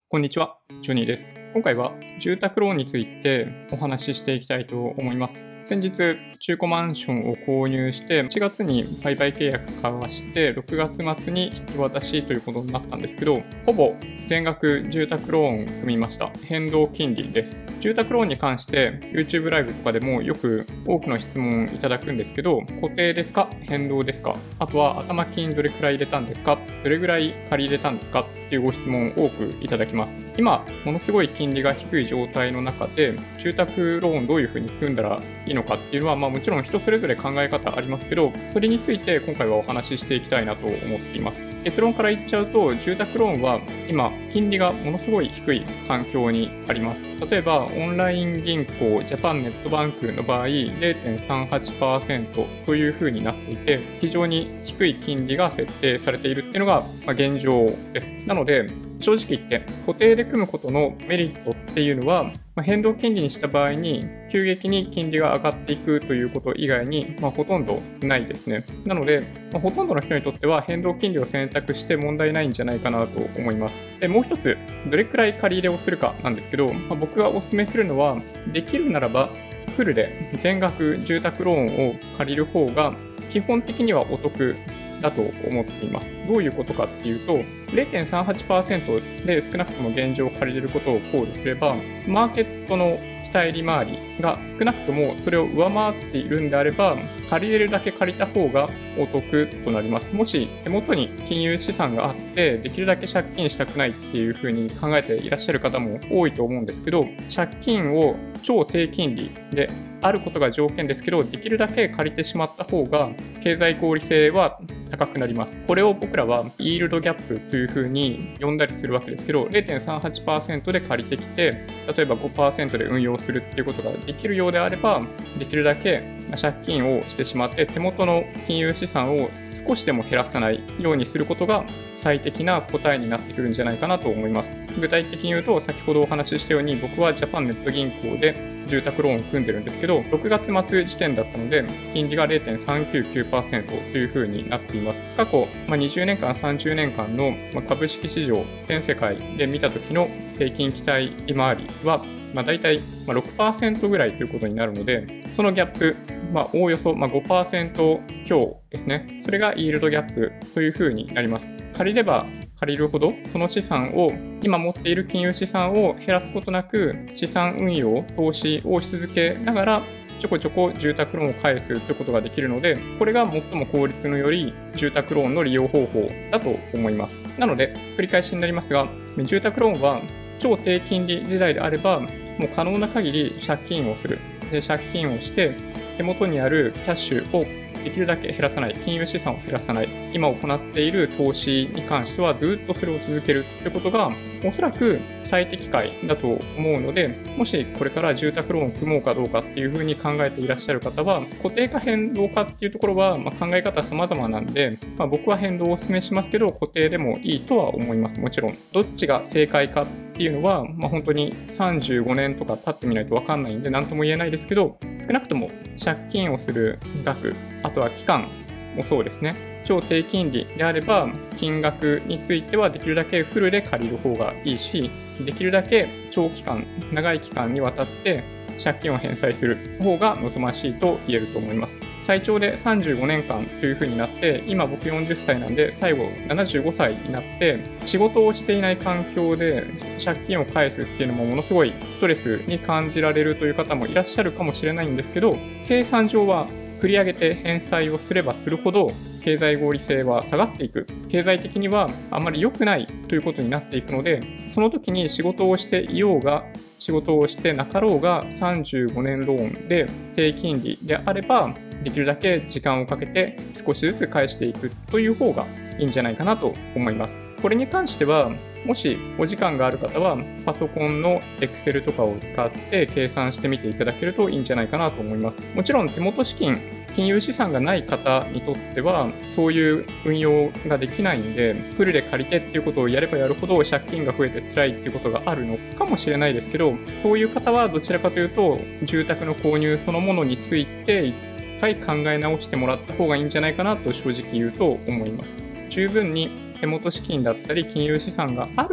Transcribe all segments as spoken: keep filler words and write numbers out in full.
こんにちは、ジョニーです。今回は住宅ローンについてお話ししていきたいと思います。先日、中古マンションを購入して、しがつに売買契約交わして、ろくがつ末に引き渡しということになったんですけど、ほぼ全額住宅ローン組みました。変動金利です。住宅ローンに関して YouTube ライブとかでもよく多くの質問いただくんですけど、固定ですか変動ですか、あとは頭金どれくらい入れたんですか、どれぐらい借り入れたんですかっていうご質問を多くいただきます。今、ものすごい金利が低い状態の中で、住宅ローンどういうふうに組んだらいいのかっていうのは、まあもちろん人それぞれ考え方ありますけど、それについて今回はお話ししていきたいなと思っています。結論から言っちゃうと、住宅ローンは今、金利がものすごい低い環境にあります。例えば、オンライン銀行、ジャパンネットバンクの場合、ゼロてんさんはちパーセント というふうになっていて、非常に低い金利が設定されているっていうのが現状です。なので、正直言って固定で組むことのメリットっていうのは、まあ、変動金利にした場合に急激に金利が上がっていくということ以外に、まあ、ほとんどないですね。なので、まあ、ほとんどの人にとっては変動金利を選択して問題ないんじゃないかなと思います。で、もう一つ、どれくらい借り入れをするかなんですけど、まあ、僕がお勧めするのは、できるならばフルで全額住宅ローンを借りる方が基本的にはお得だと思っています。どういうことかっていうと、ゼロてんさんはちパーセント で少なくとも現状を借りれることを考慮すれば、マーケットの期待利回りが少なくともそれを上回っているんであれば、借りれるだけ借りた方がお得となります。もし手元に金融資産があって、できるだけ借金したくないっていうふうに考えていらっしゃる方も多いと思うんですけど、借金を超低金利であることが条件ですけど、できるだけ借りてしまった方が経済合理性は高くなります。これを僕らはイールドギャップというふうに呼んだりするわけですけど、ゼロてんさんはちパーセント で借りてきて、例えば ごパーセント で運用するっていうことができるようであれば、できるだけ借金をしてしまって手元の金融資産を少しでも減らさないようにすることが最適な答えになってくるんじゃないかなと思います。具体的に言うと、先ほどお話ししたように、僕はジャパンネット銀行で住宅ローンを組んでるんですけど、ろくがつ末時点だったので、金利が ゼロてんさんきゅうきゅうパーセント というふうになっています。過去、まあ、にじゅうねんかん、さんじゅうねんかんの株式市場全世界で見た時の平均期待利回りは、まあ、大体 ろくパーセント ぐらいということになるので、そのギャップ、まあ、おおよそ ごパーセント 強ですね。それがイールドギャップというふうになります。借りれば借りるほど、その資産を、今持っている金融資産を減らすことなく、資産運用、投資をし続けながら、ちょこちょこ住宅ローンを返すということができるので、これが最も効率の良い住宅ローンの利用方法だと思います。なので、繰り返しになりますが、住宅ローンは超低金利時代であれば、もう可能な限り借金をする。で、借金をして、手元にあるキャッシュをできるだけ減らさない、金融資産を減らさない、今行っている投資に関してはずっとそれを続けるということが、おそらく最適解だと思うので、もしこれから住宅ローンを組もうかどうかっていうふうに考えていらっしゃる方は、固定か変動かっていうところは、まあ、考え方様々なんで、まあ、僕は変動をお勧めしますけど、固定でもいいとは思います。もちろん。どっちが正解かっていうのは、まあ、本当にさんじゅうごねんとか経ってみないとわかんないんで、何とも言えないですけど、少なくとも借金をする額、あとは期間もそうですね。超低金利であれば、金額についてはできるだけフルで借りる方がいいし、できるだけ長期間、長い期間にわたって借金を返済する方が望ましいと言えると思います。最長でさんじゅうごねんかんという風になって、今僕よんじゅっさいなんで、最後ななじゅうごさいになって、仕事をしていない環境で借金を返すっていうのもものすごいストレスに感じられるという方もいらっしゃるかもしれないんですけど、計算上は繰り上げて返済をすればするほど経済合理性は下がっていく。経済的にはあまり良くないということになっていくので、その時に仕事をしていようが、仕事をしてなかろうがさんじゅうごねんローンで低金利であれば、できるだけ時間をかけて少しずつ返していくという方がいいんじゃないかなと思います。これに関しては、もしお時間がある方は、パソコンの Excel とかを使って計算してみていただけるといいんじゃないかなと思います。もちろん手元資金、金融資産がない方にとっては、そういう運用ができないんで、フルで借りてっていうことをやればやるほど借金が増えて辛いっていうことがあるのかもしれないですけど、そういう方はどちらかというと、住宅の購入そのものについて一回考え直してもらった方がいいんじゃないかなと正直言うと思います。十分に手元資金だったり金融資産がある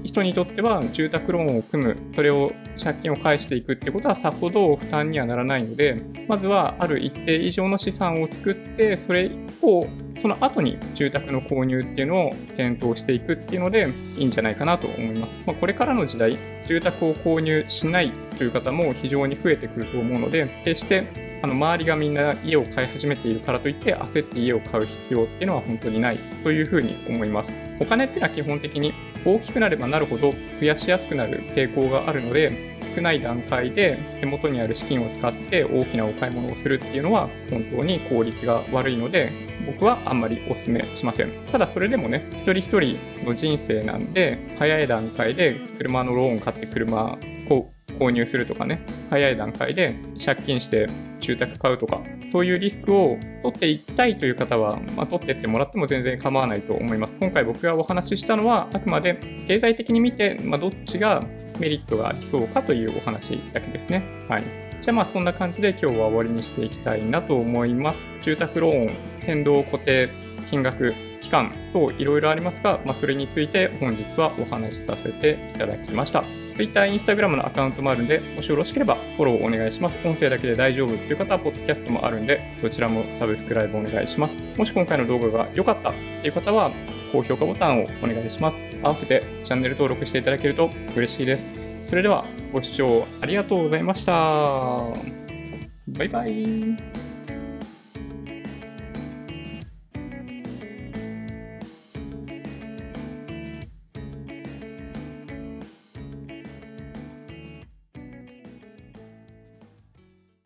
人にとっては住宅ローンを組む、それを借金を返していくってことはさほど負担にはならないので、まずはある一定以上の資産を作って、それをその後に住宅の購入っていうのを検討していくっていうのでいいんじゃないかなと思います。まあ、これからの時代、住宅を購入しないという方も非常に増えてくると思うので、決してあの周りがみんな家を買い始めているからといって焦って家を買う必要っていうのは本当にないというふうに思います。お金っていうのは基本的に大きくなればなるほど増やしやすくなる傾向があるので、少ない段階で手元にある資金を使って大きなお買い物をするっていうのは本当に効率が悪いので、僕はあんまりお勧めしません。ただそれでもね、一人一人の人生なんで、早い段階で車のローン買って車を購入するとかね、早い段階で借金して住宅買うとか、そういうリスクを取っていきたいという方は、まあ、取っていってもらっても全然構わないと思います。今回僕がお話ししたのは、あくまで経済的に見て、まあ、どっちがメリットがありそうかというお話だけですね。はい。じゃあまあそんな感じで今日は終わりにしていきたいなと思います。住宅ローン、変動固定、金額、期間等いろいろありますが、まあ、それについて本日はお話しさせていただきました。Twitter、Instagram のアカウントもあるんで、もしよろしければフォローお願いします。音声だけで大丈夫という方は、ポッドキャストもあるんで、そちらもサブスクライブお願いします。もし今回の動画が良かったという方は、高評価ボタンをお願いします。合わせてチャンネル登録していただけると嬉しいです。それでは、ご視聴ありがとうございました。バイバイ。